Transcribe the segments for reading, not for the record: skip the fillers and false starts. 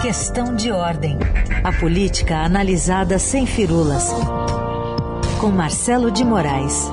Questão de ordem. A política analisada sem firulas. Com Marcelo de Moraes.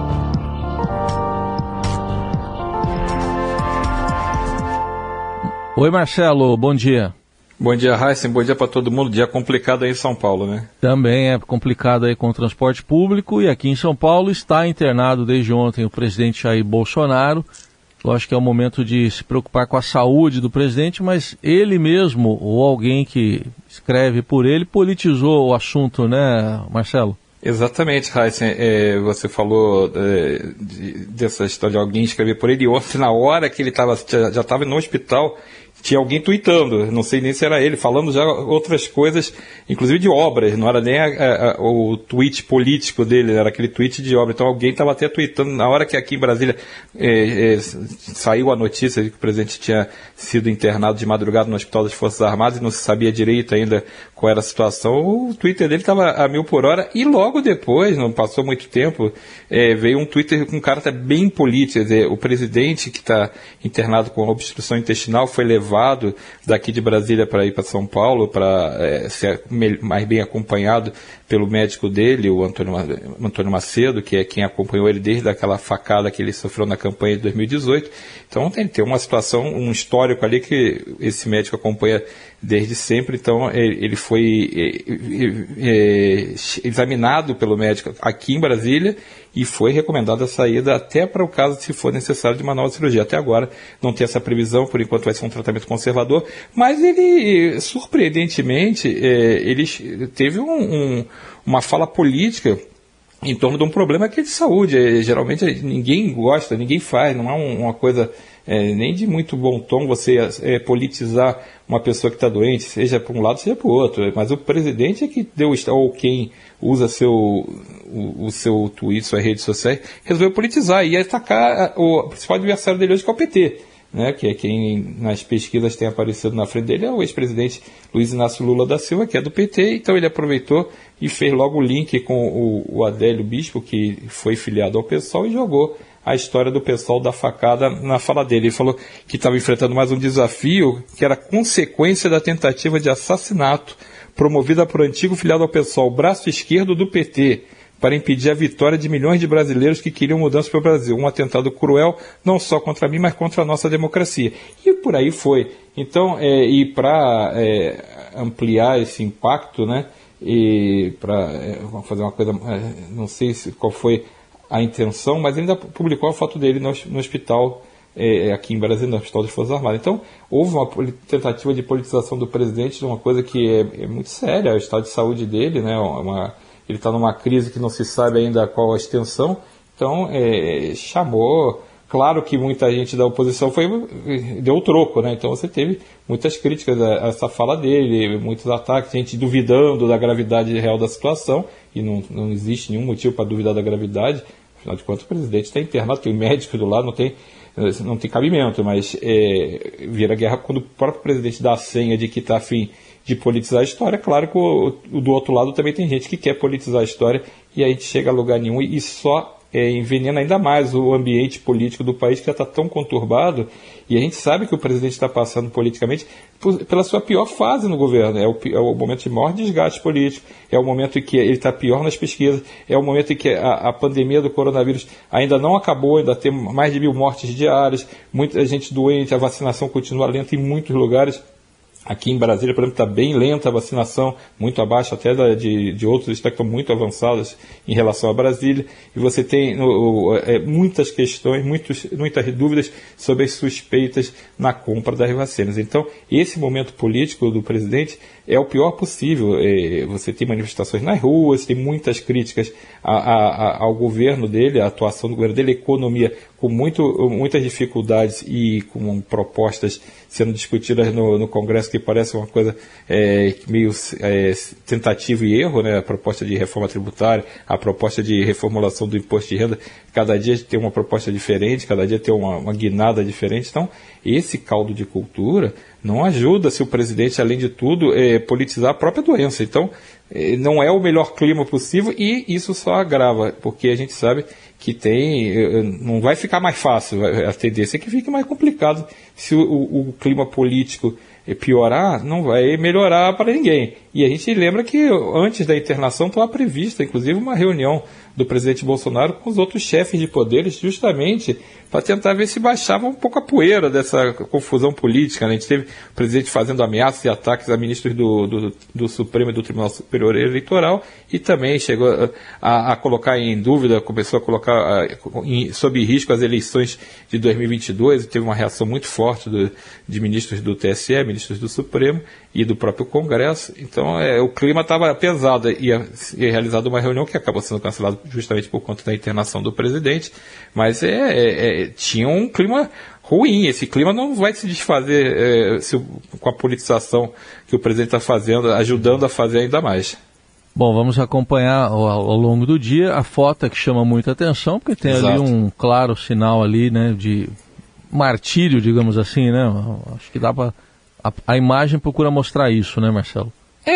Oi, Marcelo, bom dia. Bom dia, Heisen, bom dia para todo mundo. Dia complicado aí em São Paulo, né? Também é complicado aí com o transporte público, e aqui em São Paulo está internado desde ontem o presidente Jair Bolsonaro. Lógico que é o momento de se preocupar com a saúde do presidente, mas ele mesmo, ou alguém que escreve por ele, politizou o assunto, né, Marcelo? Exatamente, Heisen. Você falou dessa história de alguém escrever por ele. Ontem, na hora que ele já estava no hospital, tinha alguém tweetando, não sei nem se era ele, falando já outras coisas, inclusive de obras, não era nem o tweet político dele, era aquele tweet de obra. Então alguém estava até tweetando, na hora que aqui em Brasília saiu a notícia de que o presidente tinha sido internado de madrugada no Hospital das Forças Armadas e não se sabia direito ainda qual era a situação, o Twitter dele estava a 1000 por hora, e logo depois, não passou muito tempo, veio um Twitter com um cara bem político, quer dizer, o presidente que está internado com obstrução intestinal foi levado daqui de Brasília para ir para São Paulo, para ser mais bem acompanhado pelo médico dele, o Antônio Macedo, que é quem acompanhou ele desde aquela facada que ele sofreu na campanha de 2018. Então tem uma situação, um histórico ali que esse médico acompanha desde sempre. Então ele foi examinado pelo médico aqui em Brasília e foi recomendada a saída até para o caso, se for necessário, de uma nova cirurgia. Até agora não tem essa previsão, por enquanto vai ser um tratamento conservador, mas ele, surpreendentemente, ele teve uma fala política em torno de um problema que é de saúde. Geralmente ninguém gosta, ninguém faz, não é uma coisa nem de muito bom tom você politizar uma pessoa que está doente, seja para um lado, seja para o outro. Mas o presidente é que deu, ou quem usa o seu tweet, suas redes sociais, resolveu politizar e atacar o principal adversário dele hoje, que é o PT. Né, que é quem nas pesquisas tem aparecido na frente dele, é o ex-presidente Luiz Inácio Lula da Silva, que é do PT. Então ele aproveitou e fez logo o link com o Adélio Bispo, que foi filiado ao PSOL, e jogou a história do PSOL da facada na fala dele. Ele falou que estava enfrentando mais um desafio, que era consequência da tentativa de assassinato promovida por antigo filiado ao PSOL, braço esquerdo do PT, para impedir a vitória de milhões de brasileiros que queriam mudança para o Brasil. Um atentado cruel, não só contra mim, mas contra a nossa democracia. E por aí foi. Então, e para ampliar esse impacto, né, e para fazer uma coisa, não sei qual foi a intenção, mas ele ainda publicou a foto dele no hospital, aqui em Brasília, no Hospital das Forças Armadas. Então, houve uma tentativa de politização do presidente de uma coisa que é muito séria, é o estado de saúde dele, né, ele está numa crise que não se sabe ainda qual a extensão. Então, chamou. Claro que muita gente da oposição deu o troco, né? Então você teve muitas críticas a essa fala dele, muitos ataques, gente duvidando da gravidade real da situação, e não existe nenhum motivo para duvidar da gravidade. Afinal de contas, o presidente está internado, que o médico do lado não tem cabimento, mas vira guerra quando o próprio presidente dá a senha de que está a fim de politizar a história. Claro que do outro lado também tem gente que quer politizar a história, e aí a gente chega a lugar nenhum e só envenena ainda mais o ambiente político do país, que já está tão conturbado, e a gente sabe que o presidente está passando politicamente pela sua pior fase no governo. É o momento de maior desgaste político, é o momento em que ele está pior nas pesquisas, é o momento em que a pandemia do coronavírus ainda não acabou, ainda tem mais de 1000 mortes diárias, muita gente doente, a vacinação continua lenta em muitos lugares. Aqui em Brasília, por exemplo, está bem lenta a vacinação, muito abaixo até de outros estados que estão muito avançados em relação a Brasília. E você tem muitas questões, muitas dúvidas sobre as suspeitas na compra das vacinas. Então, esse momento político do presidente é o pior possível. Você tem manifestações nas ruas, tem muitas críticas ao governo dele, à atuação do governo dele, a economia com muitas dificuldades e com propostas sendo discutidas no Congresso que parece uma coisa meio tentativa e erro, né? A proposta de reforma tributária, a proposta de reformulação do imposto de renda, cada dia tem uma proposta diferente, cada dia tem uma guinada diferente. Então, esse caldo de cultura não ajuda, se o presidente, além de tudo, politizar a própria doença. Então, não é o melhor clima possível, e isso só agrava, porque a gente sabe que não vai ficar mais fácil, a tendência é que fique mais complicado se o clima político piorar, não vai melhorar para ninguém. E a gente lembra que antes da internação estava prevista, inclusive, uma reunião do presidente Bolsonaro com os outros chefes de poderes, justamente para tentar ver se baixava um pouco a poeira dessa confusão política, né? A gente teve o presidente fazendo ameaças e ataques a ministros do Supremo e do Tribunal Superior Eleitoral, e também chegou a colocar em dúvida, começou a colocar sob risco as eleições de 2022, e teve uma reação muito forte de ministros do TSE, ministros do Supremo e do próprio Congresso. Então o clima estava pesado, ia ser realizada uma reunião que acabou sendo cancelada justamente por conta da internação do presidente, mas tinha um clima ruim. Esse clima não vai se desfazer com a politização que o presidente está fazendo, ajudando a fazer ainda mais. Bom, vamos acompanhar ao longo do dia. A foto que chama muita atenção, porque tem ali um claro sinal ali, né, de martírio, digamos assim, né? Acho que dá para... A imagem procura mostrar isso, né, Marcelo?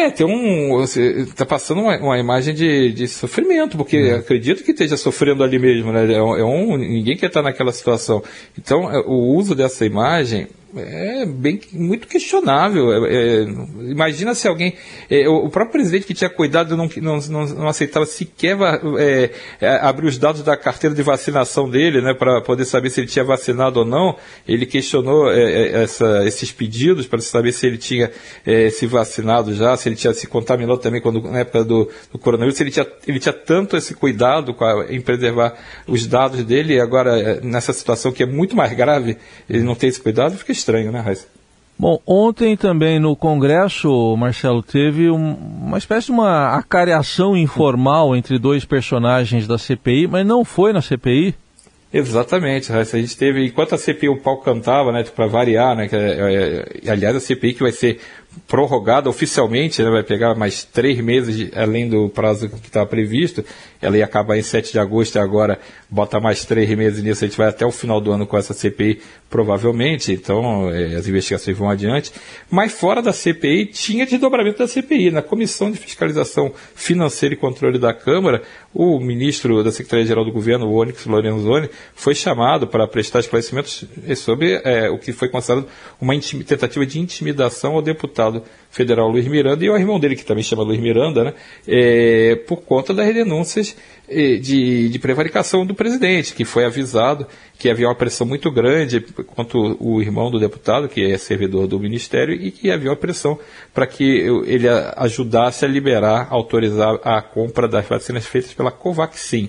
Você está passando uma imagem de sofrimento, porque acredito que esteja sofrendo ali mesmo, né? Ninguém quer estar naquela situação. Então, o uso dessa imagem é muito questionável. Imagina se alguém... o próprio presidente que tinha cuidado não aceitava sequer abrir os dados da carteira de vacinação dele, né, para poder saber se ele tinha vacinado ou não. Ele questionou esses pedidos para saber se ele tinha se vacinado já, se ele tinha se contaminou também na época do coronavírus, se ele tinha tanto esse cuidado em preservar os dados dele, e agora nessa situação que é muito mais grave, ele não tem esse cuidado, fica estranho, né, Raíssa? Bom, ontem também no Congresso, Marcelo, teve uma espécie de uma acareação informal entre dois personagens da CPI, mas não foi na CPI? Exatamente, Raíssa. A gente teve, enquanto a CPI o pau cantava, né, para variar, né, aliás, a CPI que vai ser prorrogada oficialmente, né, vai pegar mais 3 meses além do prazo que estava previsto. Ela ia acabar em 7 de agosto e agora bota mais 3 meses nisso. A gente vai até o final do ano com essa CPI, provavelmente. Então, as investigações vão adiante. Mas fora da CPI, tinha desdobramento da CPI. Na Comissão de Fiscalização Financeira e Controle da Câmara, o ministro da Secretaria-Geral do Governo, o Onyx Lorenzoni, foi chamado para prestar esclarecimentos sobre o que foi considerado uma tentativa de intimidação ao deputado federal Luiz Miranda e ao irmão dele, que também chama Luiz Miranda, né, por conta das denúncias de prevaricação do presidente, que foi avisado que havia uma pressão muito grande contra o irmão do deputado, que é servidor do Ministério, e que havia uma pressão para que ele ajudasse a liberar, autorizar a compra das vacinas feitas pela Covaxin.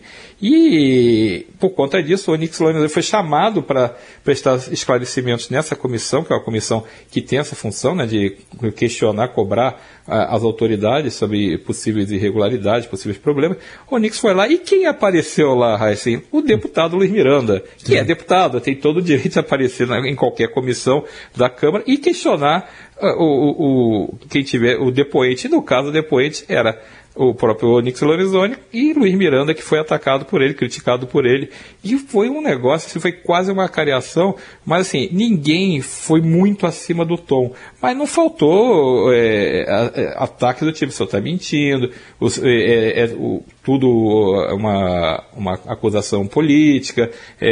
E, por conta disso, o Onyx Lorenzoni foi chamado para prestar esclarecimentos nessa comissão, que é uma comissão que tem essa função, né, de questionar, cobrar as autoridades sobre possíveis irregularidades, possíveis problemas. O Onyx foi lá, e quem apareceu lá, Raíssa? O deputado Luiz Miranda, que é deputado, tem todo o direito de aparecer em qualquer comissão da Câmara e questionar quem tiver o depoente. No caso, o depoente era o próprio Onyx Lorenzoni e Luiz Miranda, que foi atacado por ele, criticado por ele. E foi um negócio, assim, foi quase uma acareação, mas assim, ninguém foi muito acima do tom. Mas não faltou ataque do tipo, o senhor está mentindo, tudo uma acusação política,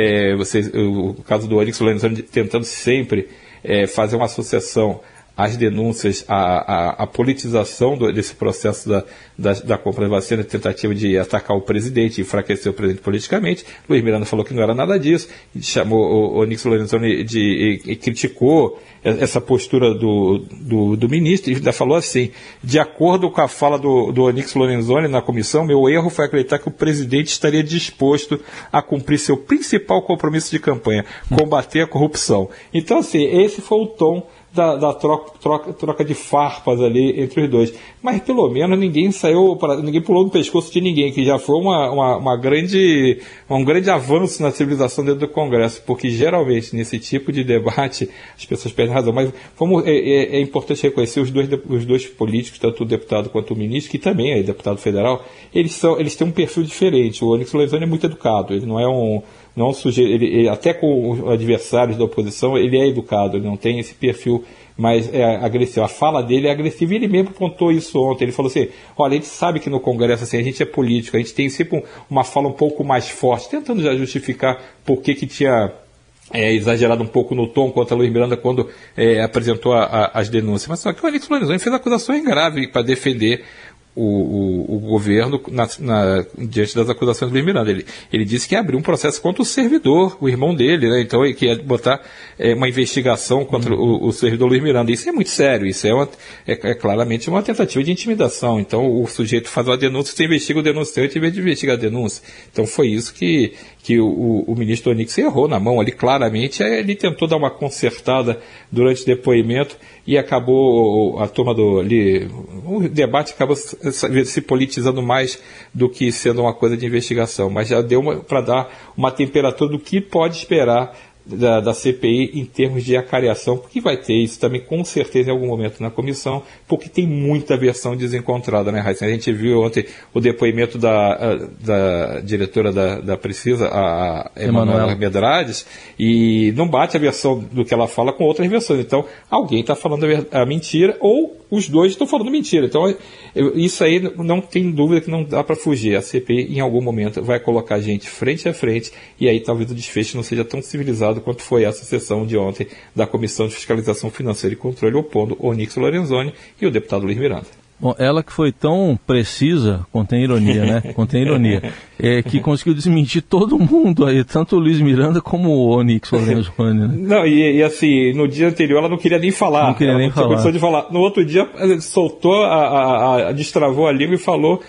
o caso do Onyx Lorenzoni tentando sempre fazer uma associação às denúncias, à politização desse processo da compra de vacina, tentativa de atacar o presidente, enfraquecer o presidente politicamente. Luiz Miranda falou que não era nada disso, chamou o Onyx Lorenzoni e criticou essa postura do ministro, e ainda falou assim: de acordo com a fala do Onyx Lorenzoni na comissão, meu erro foi acreditar que o presidente estaria disposto a cumprir seu principal compromisso de campanha, combater a corrupção. Então, assim, esse foi o tom da troca de farpas ali entre os dois. Mas pelo menos ninguém pulou no pescoço de ninguém, que já foi um grande avanço na civilização dentro do Congresso, porque geralmente nesse tipo de debate as pessoas perdem razão. Mas é importante reconhecer os dois políticos, tanto o deputado quanto o ministro, que também é deputado federal, eles têm um perfil diferente. O Onyx Lorenzoni é muito educado, ele não é um sujeito, ele, até com os adversários da oposição, ele é educado, ele não tem esse perfil mais agressivo. A fala dele é agressiva, e ele mesmo contou isso ontem. Ele falou assim: olha, a gente sabe que no Congresso, assim, a gente é político, a gente tem sempre uma fala um pouco mais forte, tentando já justificar por que tinha exagerado um pouco no tom contra Luiz Miranda quando apresentou as denúncias. Mas só que o Onix Lorenzoni fez acusações graves para defender o governo diante das acusações do Luiz Miranda. Ele disse que abriu um processo contra o servidor, o irmão dele, né? Então ele queria botar uma investigação contra o servidor Luiz Miranda. Isso é muito sério, isso é claramente uma tentativa de intimidação. Então o sujeito faz uma denúncia, você investiga o denunciante em vez de investigar a denúncia. Então foi isso que o ministro Onix errou na mão ali, claramente. Ele tentou dar uma consertada durante o depoimento e acabou a turma o debate acabou se politizando mais do que sendo uma coisa de investigação, mas já deu para dar uma temperatura do que pode esperar da CPI em termos de acariação, porque vai ter isso também com certeza em algum momento na comissão, porque tem muita versão desencontrada, né, Raíssa? A gente viu ontem o depoimento da diretora da Precisa, a Emanuela Medrades, e não bate a versão do que ela fala com outras versões. Então, alguém está falando a mentira, ou os dois estão falando mentira. Então, isso aí não tem dúvida que não dá para fugir. A CPI, em algum momento, vai colocar a gente frente a frente, e aí talvez o desfecho não seja tão civilizado quanto foi essa sessão de ontem da Comissão de Fiscalização Financeira e Controle, opondo o Onix Lorenzoni e o deputado Luiz Miranda. Bom, ela que foi tão precisa, contém ironia, né? Contém ironia, que conseguiu desmentir todo mundo aí, tanto o Luiz Miranda como o Onix Lorenzoni, né? Não, e assim, no dia anterior ela não queria nem falar. Não queria nem falar. Tinha condição de falar. No outro dia, soltou, destravou a língua e falou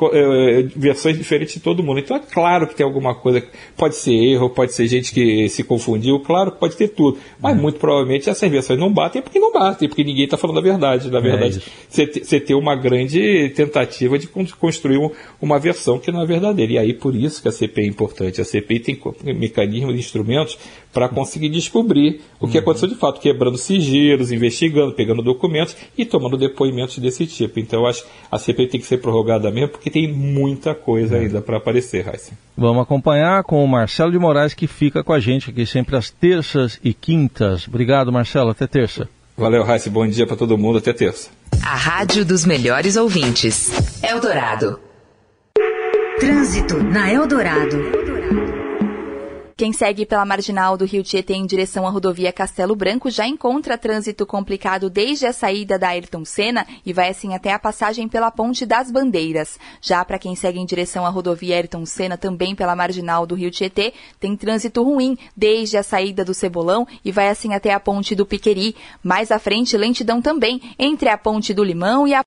versões diferentes de todo mundo. Então é claro que tem alguma coisa, pode ser erro, pode ser gente que se confundiu, claro que pode ter tudo, mas muito provavelmente essas versões não batem porque ninguém está falando a verdade. Na verdade, você tem uma grande tentativa de construir uma versão que não é verdadeira, e aí por isso que a CPI é importante. A CPI tem mecanismos e instrumentos para conseguir descobrir o que aconteceu de fato, quebrando sigilos, investigando, pegando documentos e tomando depoimentos desse tipo. Então eu acho que a CPI tem que ser prorrogada mesmo, porque tem muita coisa ainda para aparecer, Raíssa. Vamos acompanhar com o Marcelo de Moraes, que fica com a gente aqui sempre às terças e quintas. Obrigado, Marcelo. Até terça. Valeu, Raíssa. Bom dia para todo mundo. Até terça. A rádio dos melhores ouvintes. Eldorado. Trânsito na Eldorado. Quem segue pela marginal do Rio Tietê em direção à rodovia Castelo Branco já encontra trânsito complicado desde a saída da Ayrton Senna e vai assim até a passagem pela Ponte das Bandeiras. Já para quem segue em direção à rodovia Ayrton Senna, também pela marginal do Rio Tietê, tem trânsito ruim desde a saída do Cebolão e vai assim até a Ponte do Piqueri. Mais à frente, lentidão também entre a Ponte do Limão e a